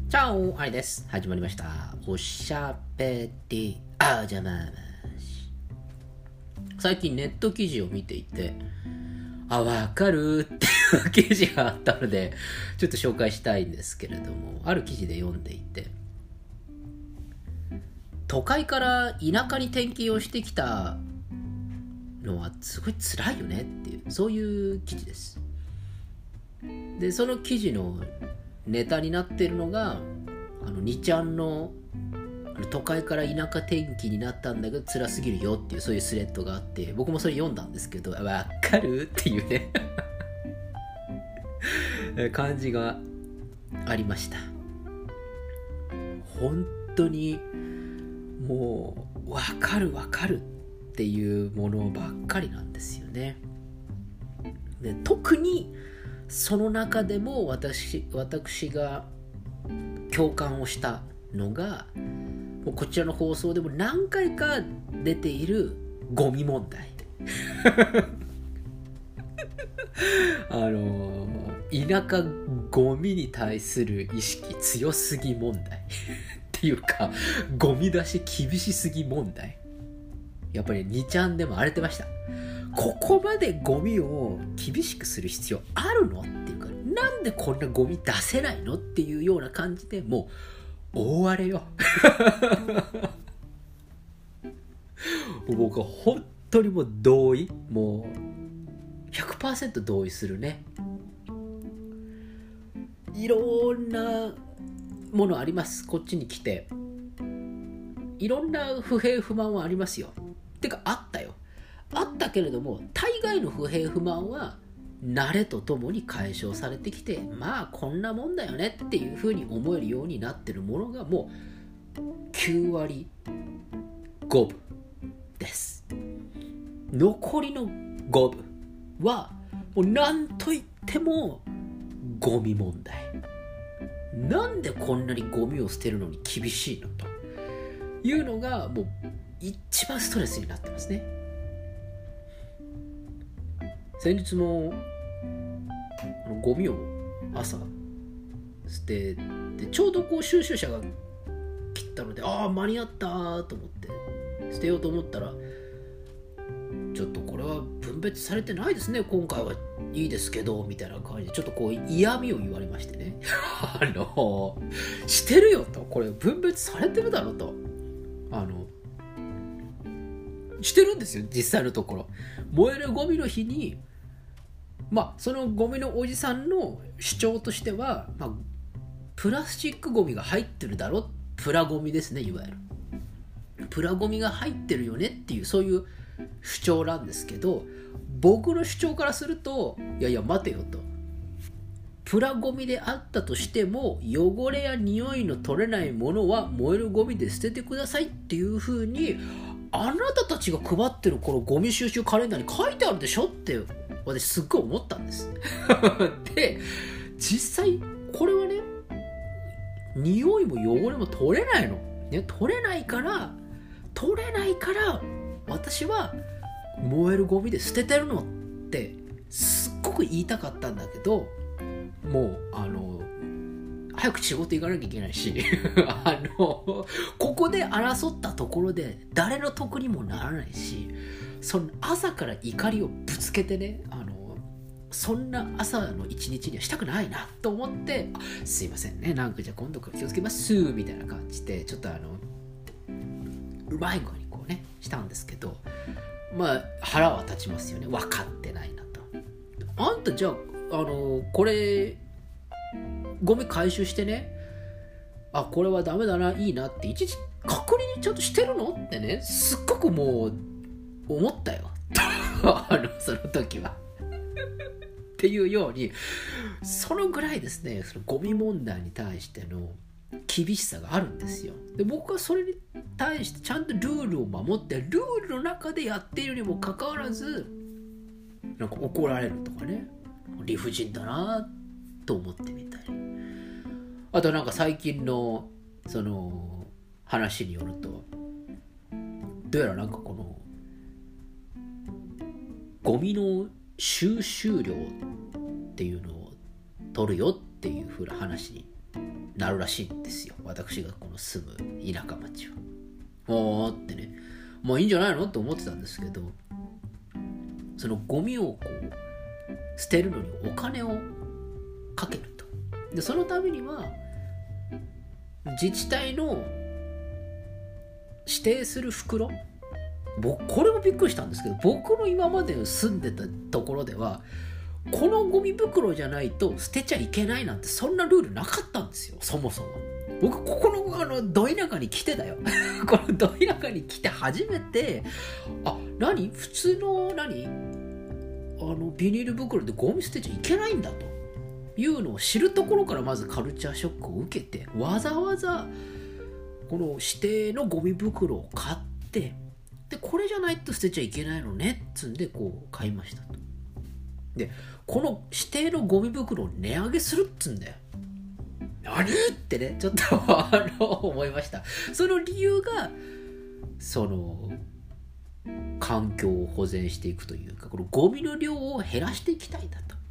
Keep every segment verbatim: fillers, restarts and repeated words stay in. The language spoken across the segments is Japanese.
チャオあれです。始まりました。おしゃべりあじゃままし。最近ネット記事を見ていて、あ、わかるっていう記事があったので、ちょっと紹介したいんですけれども、ある記事で読んでいて、都会から田舎に転勤をしてきたのはすごい辛いよねっていう、そういう記事です。で、その記事のネタになっているのが、あのにちゃんの都会から田舎転勤になったんだけど辛すぎるよっていうそういうスレッドがあって、僕もそれ読んだんですけど、わかるっていうね感じがありました。本当にもうわかるわかるっていうものばっかりなんですよね。で、特にその中でも私私が共感をしたのが、もうこちらの放送でも何回か出ているゴミ問題あの田舎ゴミに対する意識強すぎ問題っていうか、ゴミ出し厳しすぎ問題、やっぱりにちゃんでも荒れてました。ここまでゴミを厳しくする必要あるのっていうか、なんでこんなゴミ出せないのっていうような感じで、もう大荒れよ僕は本当にもう同意、もう ひゃくパーセント 同意するね。いろんなものあります。こっちに来ていろんな不平不満はありますよ。てかあったよあったけれども、大概の不平不満は慣れとともに解消されてきて、まあこんなもんだよねっていうふうに思えるようになってるものがもうきゅうわりごぶです。残りのごぶはもう何と言ってもゴミ問題。なんでこんなにゴミを捨てるのに厳しいのというのがもう一番ストレスになってますね。先日もゴミを朝捨てて、ちょうどこう収集車が来たので、ああ間に合ったと思って捨てようと思ったら、ちょっとこれは分別されてないですね、今回はいいですけどみたいな感じで、ちょっとこう嫌味を言われましてねあのしてるよと、これ分別されてるだろうと、あのしてるんですよ実際のところ。燃えるゴミの日に、まあそのゴミのおじさんの主張としては、まあ、プラスチックゴミが入ってるだろ、プラゴミですね、いわゆるプラゴミが入ってるよねっていう、そういう主張なんですけど、僕の主張からすると、いやいや待てよと、プラゴミであったとしても汚れや匂いの取れないものは燃えるゴミで捨ててくださいっていう風にあなたたちが配ってるこのゴミ収集カレンダーに書いてあるでしょって私すっごい思ったんですで、実際これはね、匂いも汚れも取れないの、ね、取れないから取れないから私は燃えるゴミで捨ててるのってすっごく言いたかったんだけど、もうあの早く仕事行かなきゃいけないしあのここで争ったところで誰の得にもならないし、その朝から怒りをぶつけてね、あのそんな朝の一日にはしたくないなと思って、あ、すいませんね、なんかじゃあ今度気をつけますみたいな感じでちょっとあのうまい具合にこうねしたんですけど、まあ腹は立ちますよね、分かってないなと。あんたじゃああのこれゴミ回収してね、あ、これはダメだな、いいなっていちいち確認ちゃんとしてるのってね、すっごくもう思ったよあのその時はっていうように、そのぐらいですね、そのゴミ問題に対しての厳しさがあるんですよ。で、僕はそれに対してちゃんとルールを守ってルールの中でやっているにもかかわらず、なんか怒られるとかね、理不尽だなと思ってみたり、あとなんか最近のその話によると、どうやらなんかこのゴミの収集量っていうのを取るよっていう風な話になるらしいんですよ、私がこの住む田舎町は。おーってね、まあいいんじゃないのって思ってたんですけど、そのゴミをこう捨てるのにお金をかけると。でそのためには自治体の指定する袋、僕これもびっくりしたんですけど、僕の今まで住んでたところではこのゴミ袋じゃないと捨てちゃいけないなんてそんなルールなかったんですよ、そもそも。僕ここのあのど田舎に来てだよこのど田舎に来て初めて、あ、何普通の何あのビニール袋でゴミ捨てちゃいけないんだというのを知るところからまずカルチャーショックを受けて、わざわざこの指定のゴミ袋を買って、でこれじゃないと捨てちゃいけないのねっつんでこう買いましたと。でこの指定のゴミ袋を値上げするっつんだよ。何ってね、ちょっとあの思いました。その理由がその環境を保全していくというか、このゴミの量を減らしていきたいんだと。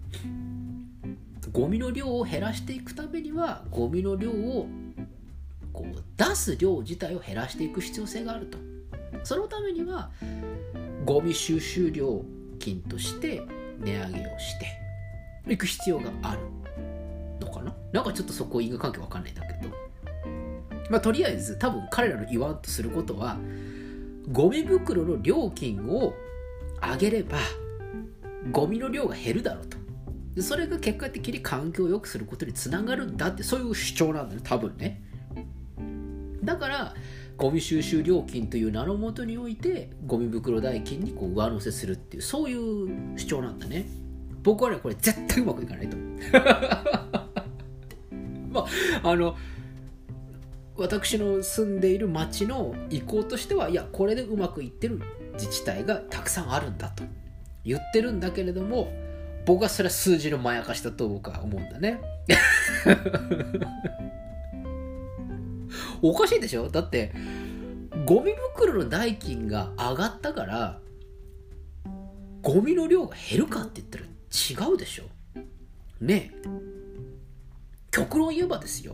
ゴミの量を減らしていくためにはゴミの量をこう出す量自体を減らしていく必要性があると。そのためにはゴミ収集料金として値上げをしていく必要があるのかな。なんかちょっとそこ因果関係わかんないんだけど、まあとりあえず多分彼らの言わんとすることは、ゴミ袋の料金を上げればゴミの量が減るだろうと。でそれが結果的に環境を良くすることにつながるんだって、そういう主張なんだね、多分ね。だからゴミ収集料金という名のもとにおいてゴミ袋代金にこう上乗せするっていう、そういう主張なんだね。僕はねこれ絶対うまくいかないと思うまああの私の住んでいる町の意向としては、いやこれでうまくいってる自治体がたくさんあるんだと言ってるんだけれども、僕はそれは数字のまやかしだと僕は思うんだねおかしいでしょ。だってゴミ袋の代金が上がったからゴミの量が減るかって言ったら違うでしょね。え極論言えばですよ、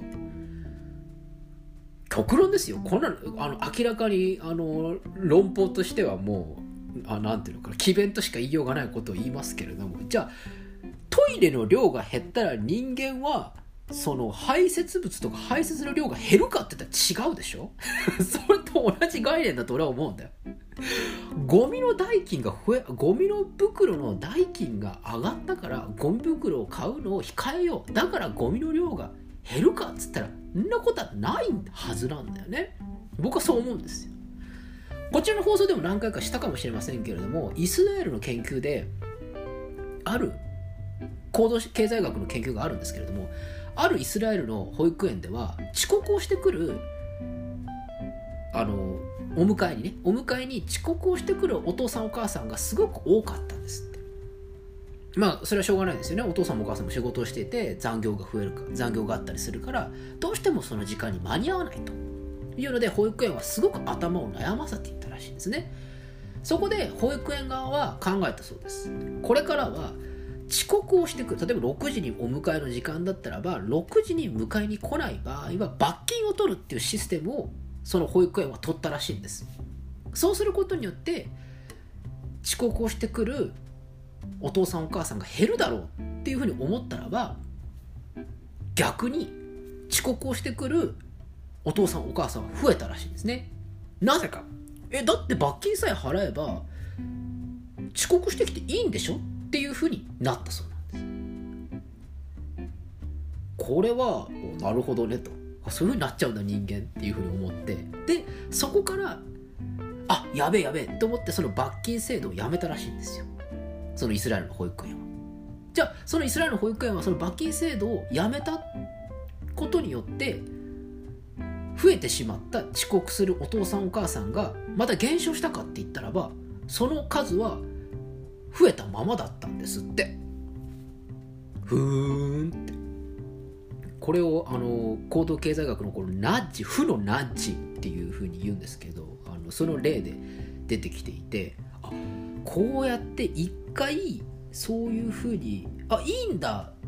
極論ですよ、こんなのあの明らかにあの論法としてはもうあなんていうのかな、詭弁としか言いようがないことを言いますけれども、じゃあトイレの量が減ったら人間はその排泄物とか排泄の量が減るかって言ったら違うでしょそれと同じ概念だと俺は思うんだよ。ゴミの代金が増え、ゴミの袋の代金が上がったからゴミ袋を買うのを控えよう、だからゴミの量が減るかっつったらそんなことはないはずなんだよね。僕はそう思うんですよ。こちらの放送でも何回かしたかもしれませんけれども、イスラエルの研究である行動経済学の研究があるんですけれども、あるイスラエルの保育園では遅刻をしてくるあのお迎えにねお迎えに遅刻をしてくるお父さんお母さんがすごく多かったんですって。まあそれはしょうがないですよね。お父さんもお母さんも仕事をしていて残業が増えるか残業があったりするから、どうしてもその時間に間に合わないというので、保育園はすごく頭を悩ませていったらしいんですね。そこで保育園側は考えたそうです。これからは遅刻をしてくる、例えばろくじにお迎えの時間だったらばろくじに迎えに来ない場合は罰金を取るっていうシステムをその保育園は取ったらしいんです。そうすることによって遅刻をしてくるお父さんお母さんが減るだろうっていうふうに思ったらば、逆に遅刻をしてくるお父さんお母さんは増えたらしいんですね。なぜか、えだって罰金さえ払えば遅刻してきていいんでしょっていうふうになったそうなんです。これはなるほどねと、そういうふうになっちゃうんだ人間っていうふうに思って、でそこからあやべえやべえと思ってその罰金制度をやめたらしいんですよ、そのイスラエルの保育園は。じゃあそのイスラエルの保育園はその罰金制度をやめたことによって増えてしまった遅刻するお父さんお母さんがまた減少したかって言ったらば、その数は増えたままだったんですって。ふーんって。これをあの行動経済学のこのナッジ、負のナッジっていうふうに言うんですけど、あのその例で出てきていて、あこうやって一回そういうふうにあいいんだっ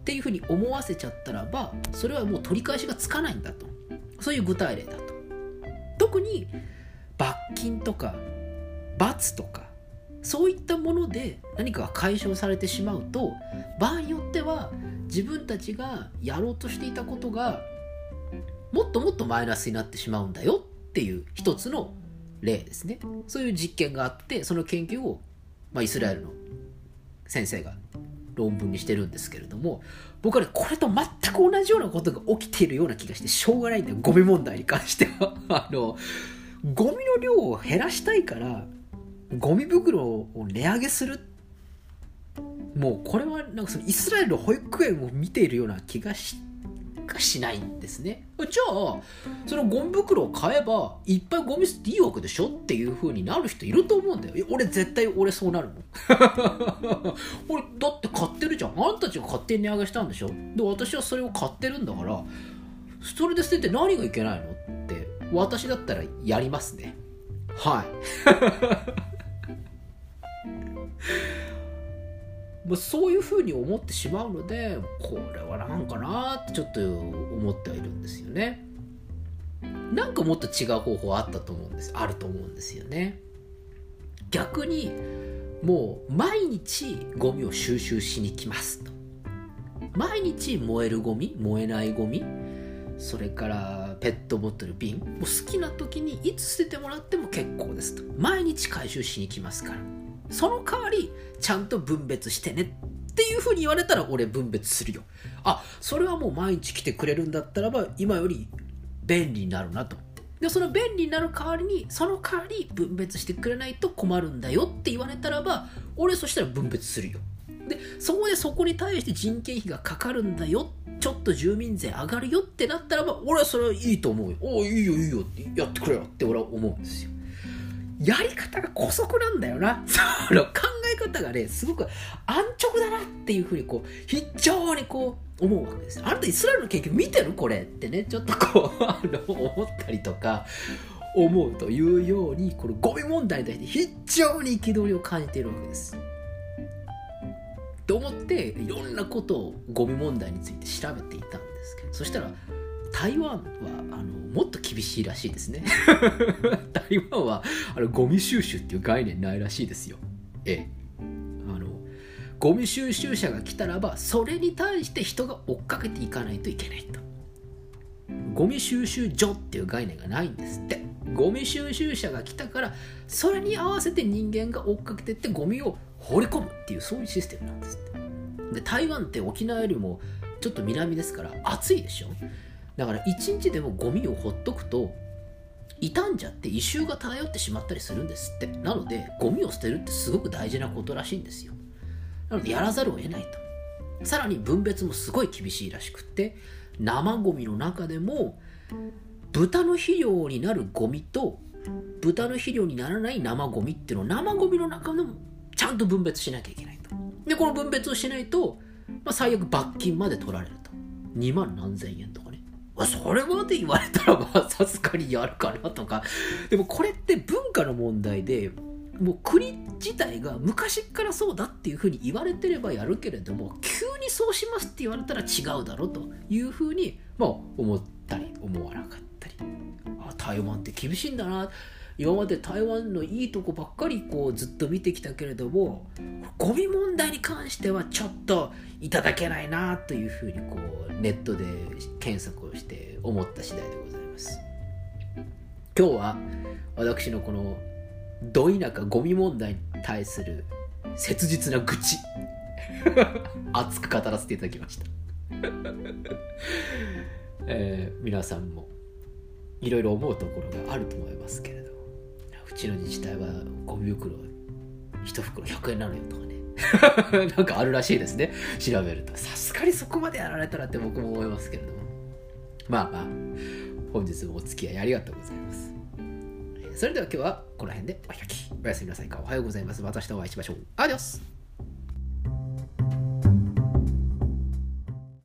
っていうふうに思わせちゃったらば、それはもう取り返しがつかないんだと、そういう具体例だと。特に罰金とか罰とかそういったもので何かが解消されてしまうと、場合によっては自分たちがやろうとしていたことがもっともっとマイナスになってしまうんだよっていう一つの例ですね。そういう実験があって、その研究を、まあ、イスラエルの先生が論文にしてるんですけれども、僕はねこれと全く同じようなことが起きているような気がしてしょうがないんだよ、ゴミ問題に関してはあのゴミの量を減らしたいからゴミ袋を値上げする、もうこれはなんかそのイスラエルの保育園を見ているような気がしかしないんですね。じゃあそのゴミ袋を買えばいっぱいゴミ捨てていいわけでしょっていう風になる人いると思うんだよ。いや俺絶対俺そうなるもん俺だって買ってるじゃん、あんたたちが勝手に値上げしたんでしょ、で私はそれを買ってるんだから、それで捨てて何がいけないのって私だったらやりますね。はいまあそういうふうに思ってしまうので、これはなんかなってちょっと思ってはいるんですよね。なんかもっと違う方法あったと思うんですあると思うんですよね。逆にもう毎日ゴミを収集しに来ますと、毎日燃えるゴミ、燃えないゴミ、それからペットボトル、瓶、もう好きな時にいつ捨ててもらっても結構ですと、毎日回収しに来ますから、その代わりちゃんと分別してねっていう風に言われたら俺分別するよ。あ、それはもう毎日来てくれるんだったらば今より便利になるなと。でその便利になる代わりにその代わり分別してくれないと困るんだよって言われたらば、俺そしたら分別するよ。でそこでそこに対して人件費がかかるんだよ、ちょっと住民税上がるよってなったらば、俺はそれはいいと思うよ。おいいよいいよってやってくれよって俺は思うんですよ。やり方が姑息なんだよな。その考え方がねすごく安直だなっていうふうにこう非常にこう思うわけです。あなたイスラエルの研究見てるこれってね、ちょっとこうあの思ったりとか思うというように、このゴミ問題に対して非常に憤りを感じているわけです。と思っていろんなことをゴミ問題について調べていたんですけど、そしたら台湾はあのもっと厳しいらしいですね台湾はあのゴミ収集っていう概念ないらしいですよ。ええ、あのゴミ収集車が来たらばそれに対して人が追っかけていかないといけないと。ゴミ収集所っていう概念がないんですって。ゴミ収集車が来たからそれに合わせて人間が追っかけていってゴミを放り込むっていうそういうシステムなんですって。で台湾って沖縄よりもちょっと南ですから暑いでしょ。だから一日でもゴミをほっとくと傷んじゃって異臭が漂ってしまったりするんですって。なのでゴミを捨てるってすごく大事なことらしいんですよ。なのでやらざるを得ないと。さらに分別もすごい厳しいらしくって、生ゴミの中でも豚の肥料になるゴミと豚の肥料にならない生ゴミっていうのを生ゴミの中でもちゃんと分別しなきゃいけないと。でこの分別をしないと、まあ、最悪罰金まで取られると。にまん何千円とかね。それまで言われたらまあさすがにやるかなとか。でもこれって文化の問題で、もう国自体が昔からそうだっていうふうに言われてればやるけれども、急にそうしますって言われたら違うだろうというふうに、まあ、思ったり思わなかったり。あ、台湾って厳しいんだな。今まで台湾のいいとこばっかりこうずっと見てきたけれども、ゴミ問題に関してはちょっといただけないなというふうにこうネットで検索をして思った次第でございます。今日は私のこのど田舎ゴミ問題に対する切実な愚痴熱く語らせていただきましたえー、皆さんもいろいろ思うところがあると思いますけれども、うちの自治体はゴミ袋いち袋ひゃくえんなのよとかねなんかあるらしいですね。調べるとさすがにそこまでやられたらって僕も思いますけれども、まあまあ本日もお付き合いありがとうございます。それでは今日はこの辺でお開き。おやすみなさいか。おはようございます。また明日お会いしましょう。アディオス。